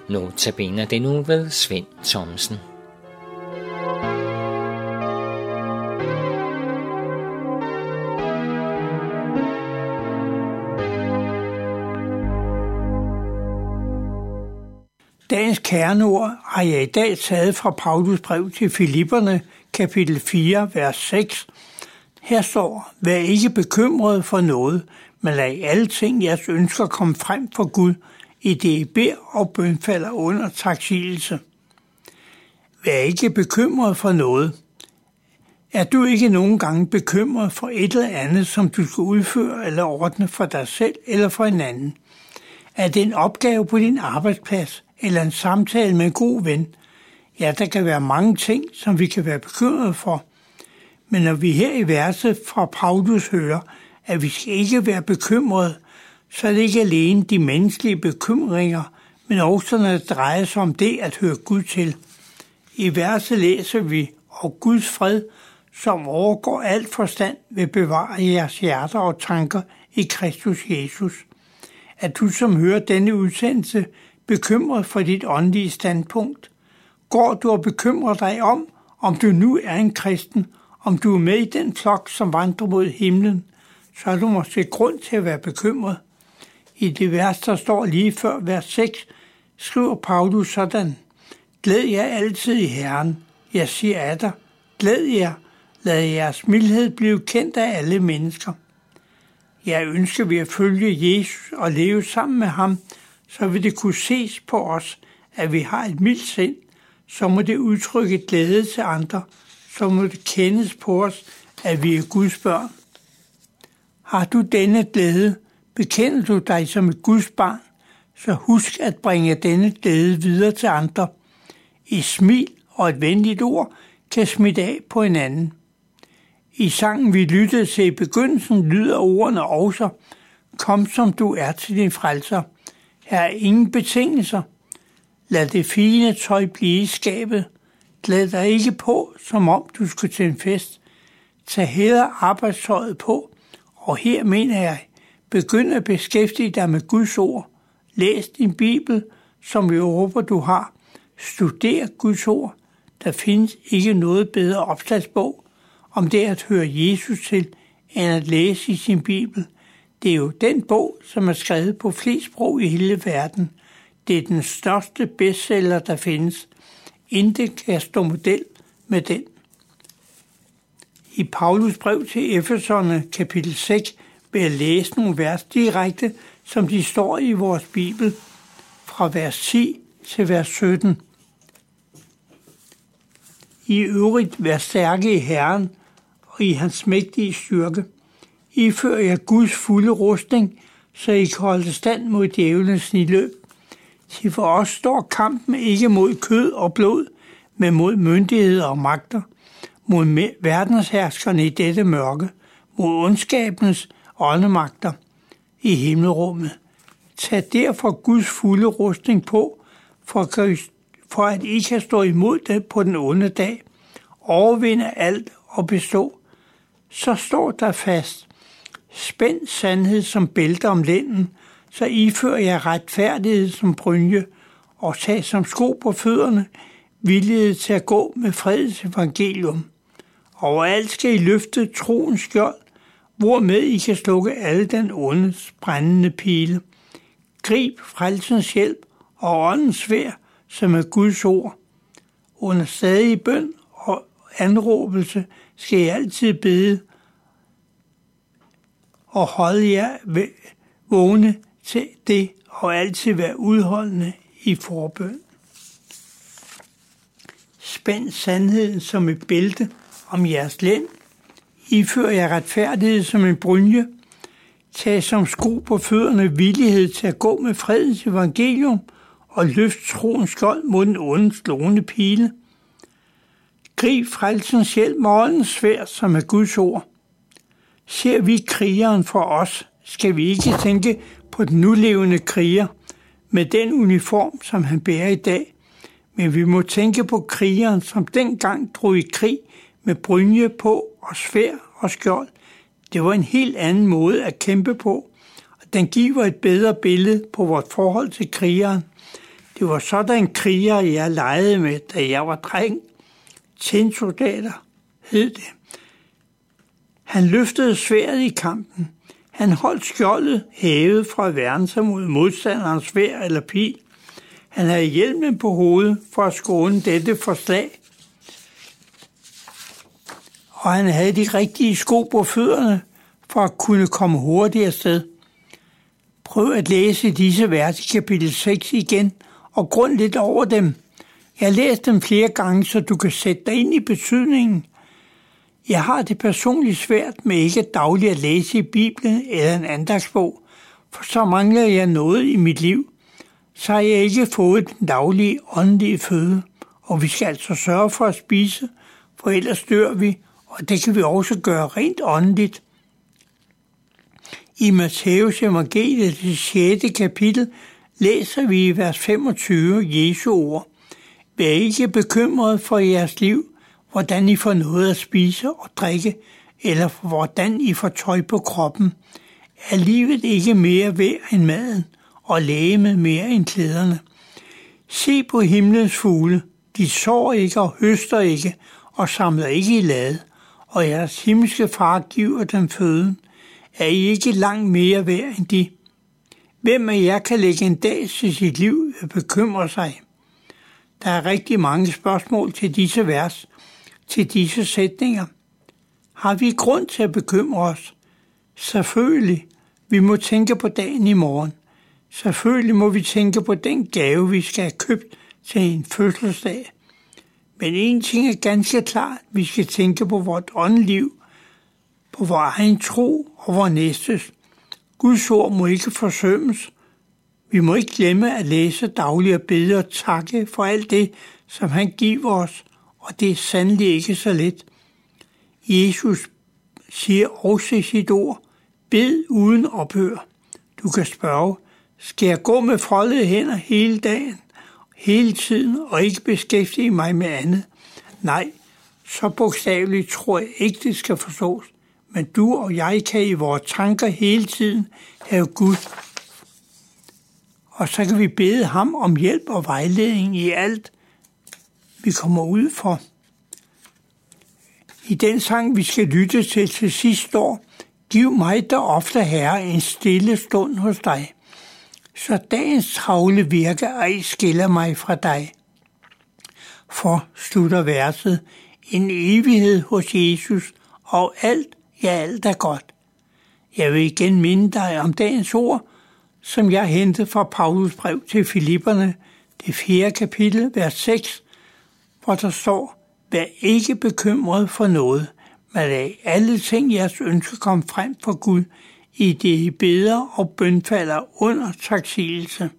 Notabene det nu ved Svend Thomsen. Dagens kerneord har jeg i dag taget fra Paulus brev til Filipperne, kapitel 4, vers 6. Her står: Vær ikke bekymret for noget, men lad i alle ting jeres ønsker komme frem for Gud, i det I beder og bønfalder under taksigelse. Vær ikke bekymret for noget. Er du ikke nogen gange bekymret for et eller andet, som du skal udføre eller ordne for dig selv eller for en anden? Er det en opgave på din arbejdsplads eller en samtale med en god ven? Ja, der kan være mange ting, som vi kan være bekymrede for. Men når vi her i verset fra Paulus hører, at vi skal ikke være bekymrede, så er det ikke alene de menneskelige bekymringer, men også når det drejer sig om det at høre Gud til. I verset læser vi, og Guds fred, som overgår alt forstand, vil bevare jeres hjerter og tanker i Kristus Jesus. Er du, som hører denne udsendelse, bekymret for dit åndelige standpunkt? Går du og bekymrer dig om du nu er en kristen, om du er med i den flok, som vandrer mod himlen, så har du måske grund til at være bekymret. I det vers, der står lige før vers 6, skriver Paulus sådan: Glæd jer altid i Herren. Jeg siger af dig, glæd jer, lad jeres mildhed blive kendt af alle mennesker. Jeg ønsker vi at følge Jesus og leve sammen med ham, så vil det kunne ses på os, at vi har et mildt sind, så må det udtrykke glæde til andre, så må det kendes på os, at vi er Guds børn. Har du denne glæde, bekender du dig som et Guds barn, så husk at bringe denne glæde videre til andre. Et smil og et venligt ord kan smitte af på hinanden. I sangen vi lyttede til i begyndelsen lyder ordene også: Kom som du er til din frelser. Her er ingen betingelser. Lad det fine tøj blive i skabet. Glæd dig ikke på, som om du skulle til en fest. Tag hellere arbejdstøjet på, og her mener jeg, begynd at beskæftige dig med Guds ord. Læs din Bibel, som jeg håber du har. Studer Guds ord. Der findes ikke noget bedre opslagsbog om det at høre Jesus til, end at læse i sin Bibel. Det er jo den bog, som er skrevet på flest sprog i hele verden. Det er den største bestseller, der findes. Intet kan stå model med den. I Paulus brev til Efeserne, kapitel 6, vil jeg læse nogle vers direkte, som de står i vores Bibel, fra vers 10 til vers 17. I øvrigt vær stærke i Herren og i hans mægtige styrke. Ifører jer Guds fulde rustning, så I kan holde stand mod djævelens sniløb. Til for os står kampen ikke mod kød og blod, men mod myndigheder og magter, mod verdensherskerne i dette mørke, mod ondskabens åndemagter i himmelrummet. Tag derfor Guds fulde rustning på, for at I kan stå imod det på den onde dag, overvinde alt og bestå. Så står der fast: Spænd sandhed som bælte om lænden, så ifører jeg retfærdighed som brynje, og tag som sko på fødderne villighed til at gå med fredens evangelium. Overalt skal I løfte troens skjold, hvormed I kan slukke alle den ondes brændende pile. Grib frelsens hjælp og åndens sværd, som er Guds ord. Under stadig bøn og anråbelse skal I altid bede og holde jer vågne til det og altid være udholdende i forbøn. Spænd sandheden som et bælte om jeres lænd. Ifører jer retfærdighed som en brynje. Tag som sko på fødderne villighed til at gå med fredens evangelium og løft troens skjold mod den onde slående pile. Grib frelsens hjælp med åndens sværd, som er Guds ord. Ser vi krigeren for os, skal vi ikke tænke på den nulevende kriger med den uniform, som han bærer i dag, men vi må tænke på krigeren, som dengang drog i krig med brynje på og sværd og skjold. Det var en helt anden måde at kæmpe på, og den giver et bedre billede på vores forhold til krigeren. Det var sådan krigere, jeg legede med, da jeg var dreng. Tinsoldater hed det. Han løftede sværdet i kampen. Han holdt skjoldet hævet fra at værne sig mod modstanderens sværd eller pil. Han havde hjelmen på hovedet for at skåne dette forslag. Og han havde de rigtige sko på fødderne for at kunne komme hurtigt afsted. Prøv at læse disse vers i kapitel 6 igen og grund lidt over dem. Jeg har læst dem flere gange, så du kan sætte dig ind i betydningen. Jeg har det personligt svært med ikke dagligt at læse i Bibelen eller en andagsbog, for så mangler jeg noget i mit liv. Så har jeg ikke fået den daglige åndelige føde, og vi skal altså sørge for at spise, for ellers dør vi, og det kan vi også gøre rent åndeligt. I Matthæus evangeliet, det 6. kapitel, læser vi i vers 25 Jesu ord. Vær ikke bekymret for jeres liv, hvordan I får noget at spise og drikke, eller for hvordan I får tøj på kroppen. Er livet ikke mere værd end maden, og legemet mere end klæderne? Se på himlens fugle, de sår ikke og høster ikke, og samler ikke i lade, og jeres himmelske far giver dem føden. Er I ikke langt mere værd end de? Hvem af jer kan lægge en dag til sit liv og bekymre sig? Der er rigtig mange spørgsmål til disse vers, til disse sætninger. Har vi grund til at bekymre os? Selvfølgelig. Vi må tænke på dagen i morgen. Selvfølgelig må vi tænke på den gave, vi skal have købt til en fødselsdag. Men en ting er ganske klart, vi skal tænke på vort åndeliv, på vores egen tro og vores næstes. Guds ord må ikke forsømmes. Vi må ikke glemme at læse dagligt og bede og takke for alt det, som han giver os, og det er sandelig ikke så let. Jesus siger også i sit ord, bed uden ophør. Du kan spørge, skal jeg gå med foldede hænder hele dagen, hele tiden, og ikke beskæftige mig med andet? Nej, så bogstaveligt tror jeg ikke, det skal forstås. Men du og jeg kan i vores tanker hele tiden have Gud. Og så kan vi bede ham om hjælp og vejledning i alt, vi kommer ud for. I den sang, vi skal lytte til sidst står, giv mig der ofte, Herre, en stille stund hos dig, så dagens travle virke ej skiller mig fra dig. For, slutter verset, en evighed hos Jesus, og alt er godt. Jeg vil igen minde dig om dagens ord, som jeg hentede fra Paulus brev til Filipperne, det 4. kapitel, vers 6, hvor der står, vær ikke bekymret for noget, men lad alle ting jeres ønsker komme frem for Gud, i det I beder og bønfalder under taksigelse.